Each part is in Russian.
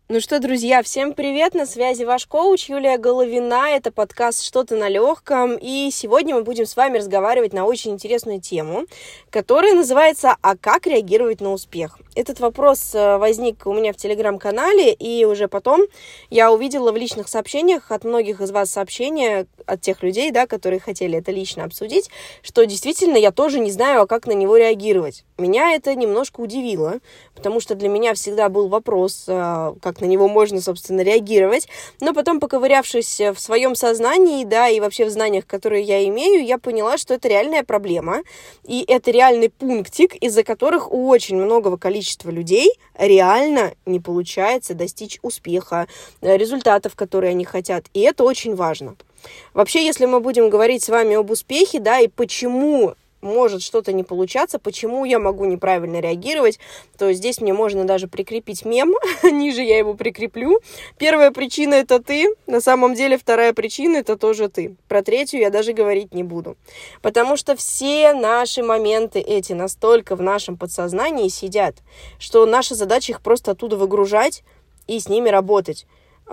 Ну что, друзья, всем привет, на связи ваш коуч Юлия Головина, это подкаст «Что-то на легком», и сегодня мы будем с вами разговаривать на очень интересную тему, которая называется «А как реагировать на успех?». Этот вопрос возник у меня в телеграм-канале, и уже потом я увидела в личных сообщениях от многих из вас сообщения, от тех людей, которые хотели это лично обсудить, что действительно я тоже не знаю, а как на него реагировать. Меня это немножко удивило, потому что для меня всегда был вопрос, как на него можно, собственно, реагировать. Но потом, поковырявшись в своем сознании, и вообще в знаниях, которые я имею, я поняла, что это реальная проблема. И это реальный пунктик, из-за которых у очень многого количества людей реально не получается достичь успеха, результатов, которые они хотят. И это очень важно. Вообще, если мы будем говорить с вами об успехе, и почему может что-то не получаться, почему я могу неправильно реагировать, то здесь мне можно даже прикрепить мем, ниже я его прикреплю. Первая причина – это ты, на самом деле вторая причина – это тоже ты. Про третью я даже говорить не буду. Потому что все наши моменты эти настолько в нашем подсознании сидят, что наша задача их просто оттуда выгружать и с ними работать.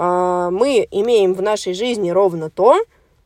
Мы имеем в нашей жизни ровно то,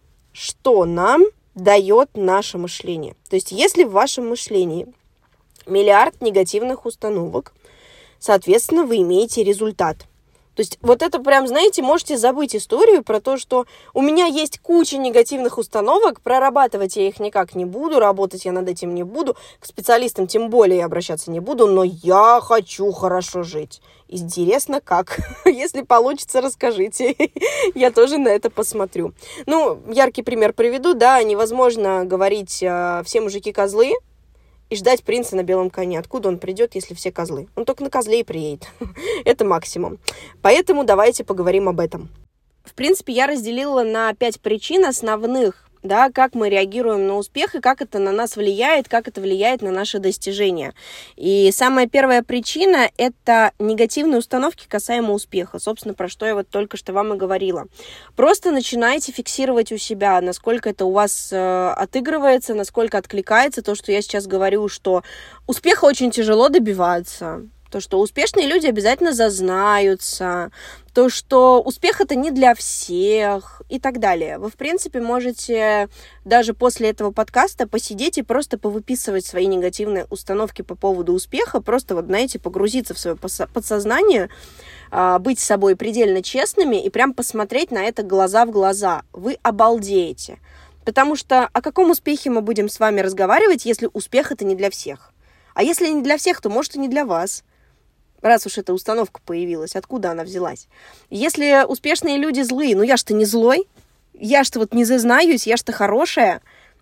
что нам дает наше мышление. То есть, если в вашем мышлении миллиард негативных установок, соответственно, вы имеете результат. То есть, вот это прям, знаете, можете забыть историю про то, что у меня есть куча негативных установок, прорабатывать я их никак не буду, работать я над этим не буду, к специалистам тем более обращаться не буду, но я хочу хорошо жить. Интересно, как? Если получится, расскажите. Я тоже на это посмотрю. Яркий пример приведу. Невозможно говорить «все мужики козлы» и ждать принца на белом коне. Откуда он придет, если все козлы? Он только на козле и приедет. Это максимум. Поэтому давайте поговорим об этом. В принципе, я разделила на 5 причин основных, как мы реагируем на успех и как это на нас влияет, как это влияет на наши достижения. И самая первая причина – это негативные установки касаемо успеха. Собственно, про что я вот только что вам и говорила. Просто начинайте фиксировать у себя, насколько это у вас отыгрывается, насколько откликается то, что я сейчас говорю, что успеха очень тяжело добиваться. То, что успешные люди обязательно зазнаются, то, что успех это не для всех и так далее. Вы, в принципе, можете даже после этого подкаста посидеть и просто повыписывать свои негативные установки по поводу успеха, просто погрузиться в свое подсознание, быть с собой предельно честными и прям посмотреть на это глаза в глаза. Вы обалдеете. Потому что о каком успехе мы будем с вами разговаривать, если успех это не для всех? А если не для всех, то, может, и не для вас. Раз уж эта установка появилась, откуда она взялась? Если успешные люди злые, я ж-то не злой, я ж-то не зазнаюсь, я ж-то хорошая.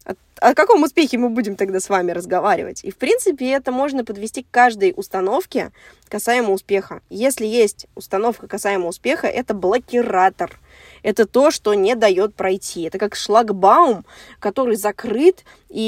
О каком успехе мы будем тогда с вами разговаривать? И, в принципе, это можно подвести к каждой установке касаемо успеха. Если есть установка касаемо успеха, это блокиратор. Это то, что не дает пройти. Это как шлагбаум, который закрыт,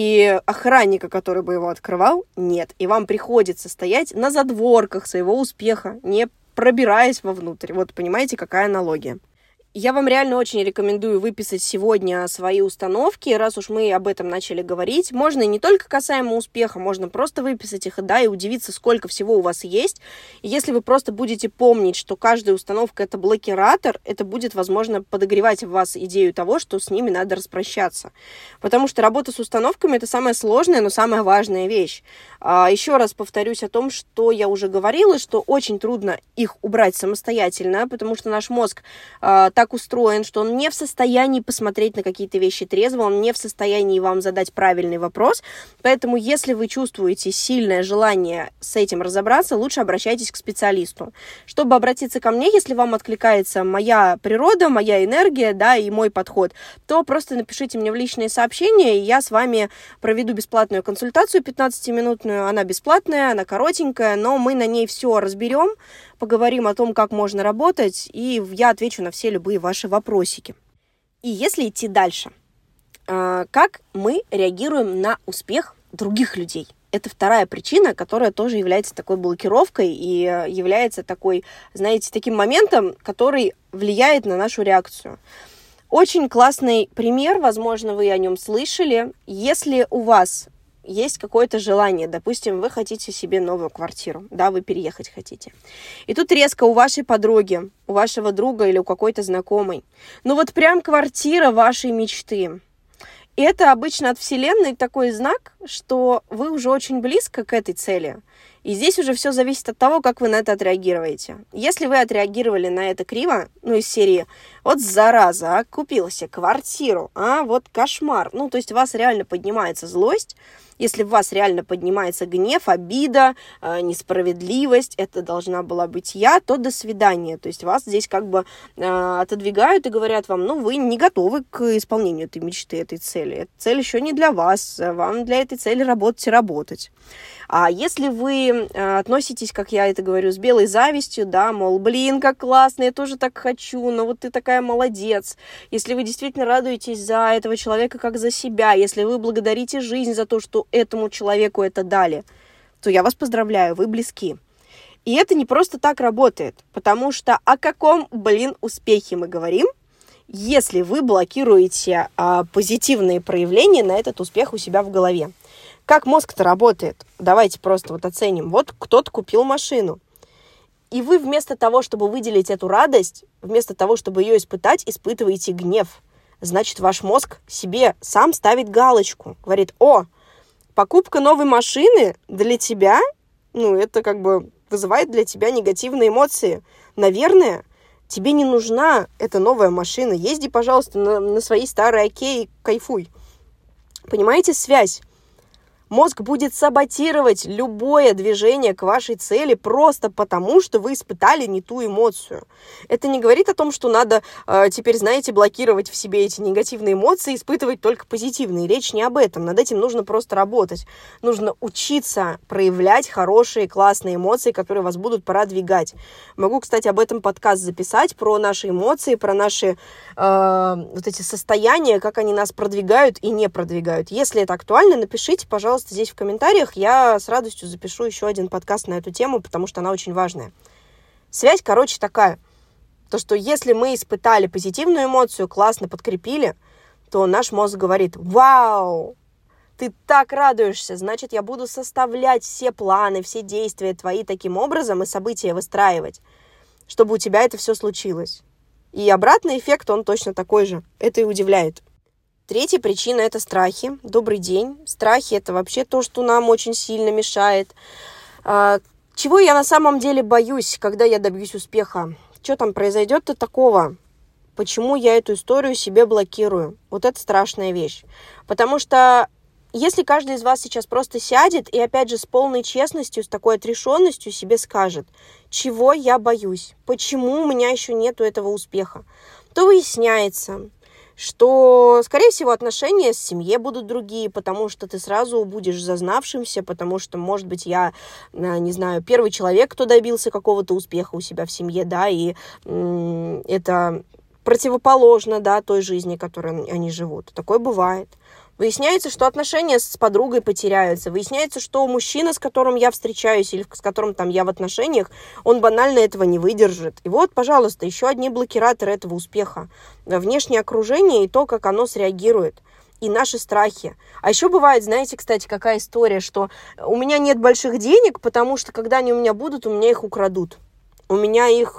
и охранника, который бы его открывал, нет. И вам приходится стоять на задворках своего успеха, не пробираясь вовнутрь. Вот понимаете, какая аналогия. Я вам реально очень рекомендую выписать сегодня свои установки, раз уж мы об этом начали говорить. Можно и не только касаемо успеха, можно просто выписать их, и удивиться, сколько всего у вас есть. И если вы просто будете помнить, что каждая установка – это блокиратор, это будет, возможно, подогревать в вас идею того, что с ними надо распрощаться. Потому что работа с установками – это самая сложная, но самая важная вещь. Еще раз повторюсь о том, что я уже говорила, что очень трудно их убрать самостоятельно, потому что наш мозг так устроен, что он не в состоянии посмотреть на какие-то вещи трезво, он не в состоянии вам задать правильный вопрос. Поэтому, если вы чувствуете сильное желание с этим разобраться, лучше обращайтесь к специалисту. Чтобы обратиться ко мне, если вам откликается моя природа, моя энергия, и мой подход, то просто напишите мне в личные сообщения, и я с вами проведу бесплатную консультацию 15-минутную. Она бесплатная, она коротенькая, но мы на ней все разберем, поговорим о том, как можно работать, и я отвечу на все любые ваши вопросики. И если идти дальше, как мы реагируем на успех других людей? Это вторая причина, которая тоже является такой блокировкой и является такой, таким моментом, который влияет на нашу реакцию. Очень классный пример, возможно, вы о нем слышали. Если у вас есть какое-то желание, допустим, вы хотите себе новую квартиру, да, вы переехать хотите. И тут резко у вашей подруги, у вашего друга или у какой-то знакомой, ну вот прям квартира вашей мечты. И это обычно от Вселенной такой знак, что вы уже очень близко к этой цели. И здесь уже все зависит от того, как вы на это отреагируете. Если вы отреагировали на это криво, ну, из серии «Вот зараза, купила себе квартиру, вот кошмар». Ну, то есть у вас реально поднимается злость. Если в вас реально поднимается гнев, обида, несправедливость, это должна была быть я, то до свидания. То есть вас здесь как бы отодвигают и говорят вам, ну, вы не готовы к исполнению этой мечты, этой цели. Эта цель еще не для вас, вам для этой цели работать и работать. А если вы относитесь, как я это говорю, с белой завистью, да, мол, блин, как классно, я тоже так хочу, но вот ты такая молодец. Если вы действительно радуетесь за этого человека как за себя, если вы благодарите жизнь за то, что этому человеку это дали, то я вас поздравляю, вы близки. И это не просто так работает, потому что о каком, успехе мы говорим, если вы блокируете позитивные проявления на этот успех у себя в голове. Как мозг-то работает? Давайте просто вот оценим. Вот кто-то купил машину. И вы вместо того, чтобы выделить эту радость, вместо того, чтобы ее испытать, испытываете гнев. Значит, ваш мозг себе сам ставит галочку. Говорит, покупка новой машины для тебя, это как бы вызывает для тебя негативные эмоции. Наверное, тебе не нужна эта новая машина. Езди, пожалуйста, на своей старой Оке и кайфуй. Понимаете связь? Мозг будет саботировать любое движение к вашей цели просто потому, что вы испытали не ту эмоцию. Это не говорит о том, что надо теперь, блокировать в себе эти негативные эмоции и испытывать только позитивные. Речь не об этом. Над этим нужно просто работать. Нужно учиться проявлять хорошие, классные эмоции, которые вас будут продвигать. Могу, кстати, об этом подкаст записать, про наши эмоции, про наши эти состояния, как они нас продвигают и не продвигают. Если это актуально, напишите, пожалуйста, здесь в комментариях, я с радостью запишу еще один подкаст на эту тему, потому что она очень важная. Связь, такая, то, что если мы испытали позитивную эмоцию, классно подкрепили, то наш мозг говорит, вау, ты так радуешься, значит, я буду составлять все планы, все действия твои таким образом и события выстраивать, чтобы у тебя это все случилось. И обратный эффект, он точно такой же. Это и удивляет. Третья причина – это страхи. Добрый день. Страхи – это вообще то, что нам очень сильно мешает. Чего я на самом деле боюсь, когда я добьюсь успеха? Что там произойдет-то такого? Почему я эту историю себе блокирую? Вот это страшная вещь. Потому что если каждый из вас сейчас просто сядет и, опять же, с полной честностью, с такой отрешенностью себе скажет, чего я боюсь, почему у меня еще нету этого успеха, то выясняется, что, скорее всего, отношения с семьей будут другие, потому что ты сразу будешь зазнавшимся, потому что, может быть, я, не знаю, первый человек, кто добился какого-то успеха у себя в семье, да, и это противоположно, да, той жизни, которой они живут. Такое бывает. Выясняется, что отношения с подругой потеряются. Выясняется, что мужчина, с которым я встречаюсь или с которым там я в отношениях, он банально этого не выдержит. И вот, пожалуйста, еще одни блокираторы этого успеха. Внешнее окружение и то, как оно среагирует. И наши страхи. А еще бывает, знаете, кстати, какая история, что у меня нет больших денег, потому что когда они у меня будут, у меня их украдут. У меня их,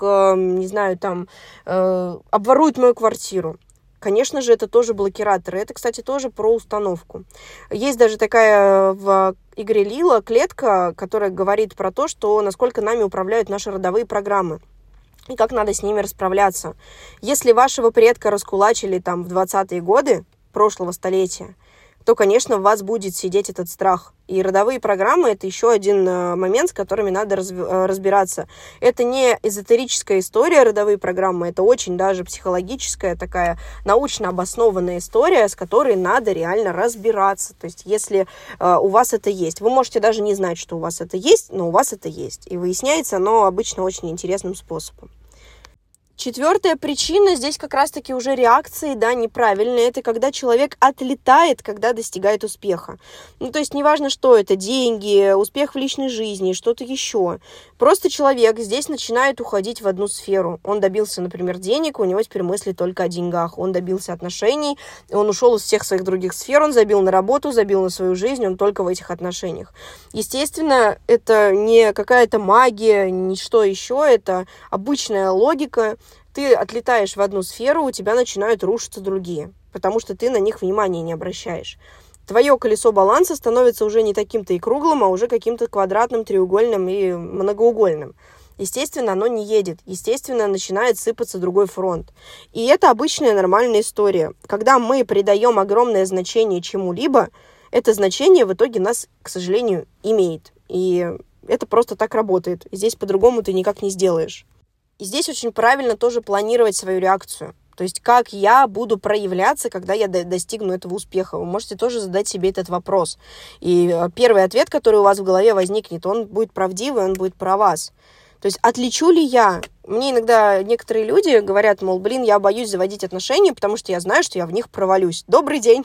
обворуют мою квартиру. Конечно же, это тоже блокираторы. Это, кстати, тоже про установку. Есть даже такая в игре Лила клетка, которая говорит про то, что насколько нами управляют наши родовые программы и как надо с ними расправляться. Если вашего предка раскулачили там в 20-е годы прошлого столетия, то, конечно, в вас будет сидеть этот страх. И родовые программы – это еще один момент, с которыми надо разбираться. Это не эзотерическая история, родовые программы, это очень даже психологическая, такая научно обоснованная история, с которой надо реально разбираться. То есть, если у вас это есть, вы можете даже не знать, что у вас это есть, но у вас это есть. И выясняется оно обычно очень интересным способом. Четвертая причина здесь как раз-таки уже реакции, да, неправильные. Это когда человек отлетает, когда достигает успеха. Ну, то есть неважно, что это, деньги, успех в личной жизни, что-то еще. Просто человек здесь начинает уходить в одну сферу. Он добился, например, денег, у него теперь мысли только о деньгах. Он добился отношений, он ушел из всех своих других сфер, он забил на работу, забил на свою жизнь, он только в этих отношениях. Естественно, это не какая-то магия, ничто еще, это обычная логика. Ты отлетаешь в одну сферу, у тебя начинают рушиться другие, потому что ты на них внимания не обращаешь. Твое колесо баланса становится уже не таким-то и круглым, а уже каким-то квадратным, треугольным и многоугольным. Естественно, оно не едет. Естественно, начинает сыпаться другой фронт. И это обычная нормальная история. Когда мы придаем огромное значение чему-либо, это значение в итоге нас, к сожалению, имеет. И это просто так работает. Здесь по-другому ты никак не сделаешь. И здесь очень правильно тоже планировать свою реакцию. То есть, как я буду проявляться, когда я достигну этого успеха. Вы можете тоже задать себе этот вопрос. И первый ответ, который у вас в голове возникнет, он будет правдивый, он будет про вас. То есть, отличу ли я? Мне иногда некоторые люди говорят, мол, я боюсь заводить отношения, потому что я знаю, что я в них провалюсь. Добрый день!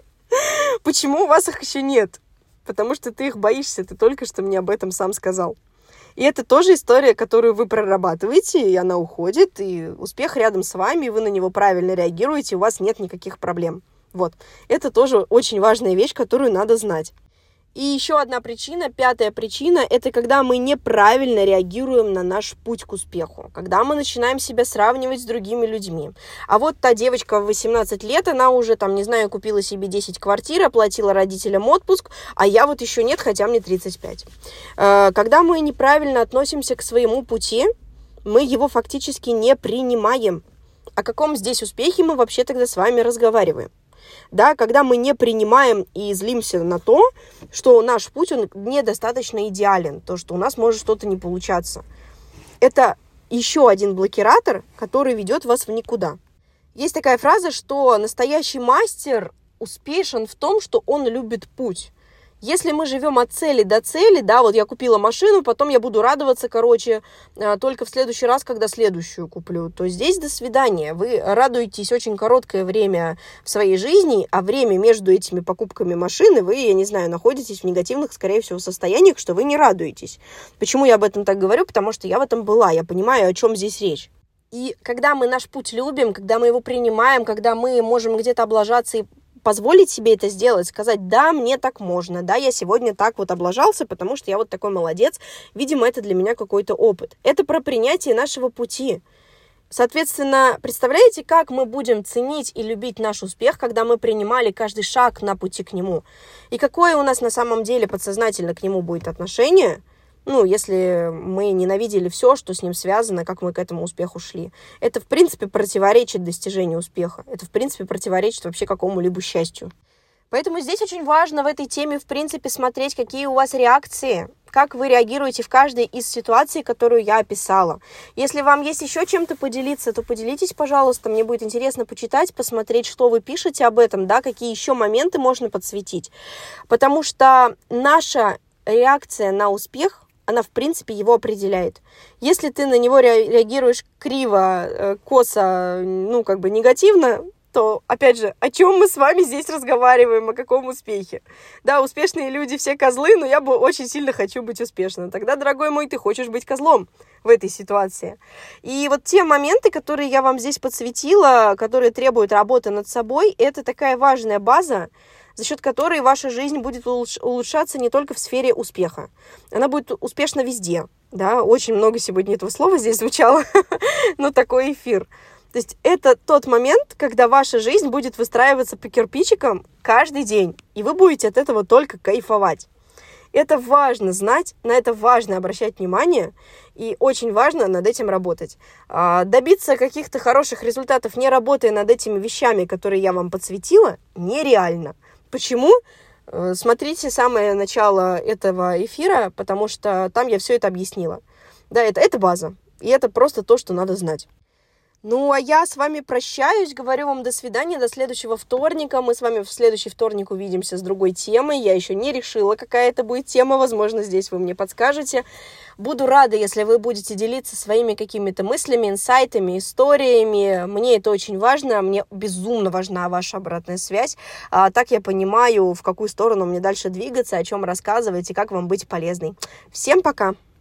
Почему у вас их еще нет? Потому что ты их боишься, ты только что мне об этом сам сказал. И это тоже история, которую вы прорабатываете, и она уходит, и успех рядом с вами, и вы на него правильно реагируете, и у вас нет никаких проблем. Вот. Это тоже очень важная вещь, которую надо знать. И еще одна причина, пятая причина, это когда мы неправильно реагируем на наш путь к успеху, когда мы начинаем себя сравнивать с другими людьми. А вот та девочка в 18 лет, она уже, купила себе 10 квартир, оплатила родителям отпуск, а я вот еще нет, хотя мне 35. Когда мы неправильно относимся к своему пути, мы его фактически не принимаем. О каком здесь успехе мы вообще тогда с вами разговариваем? Да, когда мы не принимаем и злимся на то, что наш путь, он недостаточно идеален, то, что у нас может что-то не получаться. Это еще один блокиратор, который ведет вас в никуда. Есть такая фраза, что настоящий мастер успешен в том, что он любит путь. Если мы живем от цели до цели, да, вот я купила машину, потом я буду радоваться, только в следующий раз, когда следующую куплю, то здесь до свидания. Вы радуетесь очень короткое время в своей жизни, а время между этими покупками машины вы, находитесь в негативных, скорее всего, состояниях, что вы не радуетесь. Почему я об этом так говорю? Потому что я в этом была, я понимаю, о чем здесь речь. И когда мы наш путь любим, когда мы его принимаем, когда мы можем где-то облажаться и позволить себе это сделать, сказать, да, мне так можно, да, я сегодня так вот облажался, потому что я вот такой молодец, видимо, это для меня какой-то опыт. Это про принятие нашего пути. Соответственно, представляете, как мы будем ценить и любить наш успех, когда мы принимали каждый шаг на пути к нему? И какое у нас на самом деле подсознательно к нему будет отношение, если мы ненавидели все, что с ним связано, как мы к этому успеху шли. Это, в принципе, противоречит достижению успеха. Это, в принципе, противоречит вообще какому-либо счастью. Поэтому здесь очень важно в этой теме, в принципе, смотреть, какие у вас реакции, как вы реагируете в каждой из ситуаций, которую я описала. Если вам есть еще чем-то поделиться, то поделитесь, пожалуйста. Мне будет интересно почитать, посмотреть, что вы пишете об этом, да, какие еще моменты можно подсветить. Потому что наша реакция на успех, она, в принципе, его определяет. Если ты на него реагируешь криво, косо, негативно, то, опять же, о чем мы с вами здесь разговариваем, о каком успехе? Да, успешные люди все козлы, но я бы очень сильно хочу быть успешным. Тогда, дорогой мой, ты хочешь быть козлом в этой ситуации. И вот те моменты, которые я вам здесь подсветила, которые требуют работы над собой, это такая важная база, за счет которой ваша жизнь будет улучшаться не только в сфере успеха. Она будет успешна везде. Да? Очень много сегодня этого слова здесь звучало, но такой эфир. То есть это тот момент, когда ваша жизнь будет выстраиваться по кирпичикам каждый день, и вы будете от этого только кайфовать. Это важно знать, на это важно обращать внимание, и очень важно над этим работать. Добиться каких-то хороших результатов, не работая над этими вещами, которые я вам подсветила, нереально. Почему? Смотрите самое начало этого эфира, потому что там я все это объяснила. Да, это база, и это просто то, что надо знать. Ну, а я с вами прощаюсь, говорю вам до свидания, до следующего вторника. Мы с вами в следующий вторник увидимся с другой темой. Я еще не решила, какая это будет тема, возможно, здесь вы мне подскажете. Буду рада, если вы будете делиться своими какими-то мыслями, инсайтами, историями. Мне это очень важно, мне безумно важна ваша обратная связь. Так я понимаю, в какую сторону мне дальше двигаться, о чем рассказывать и как вам быть полезной. Всем пока!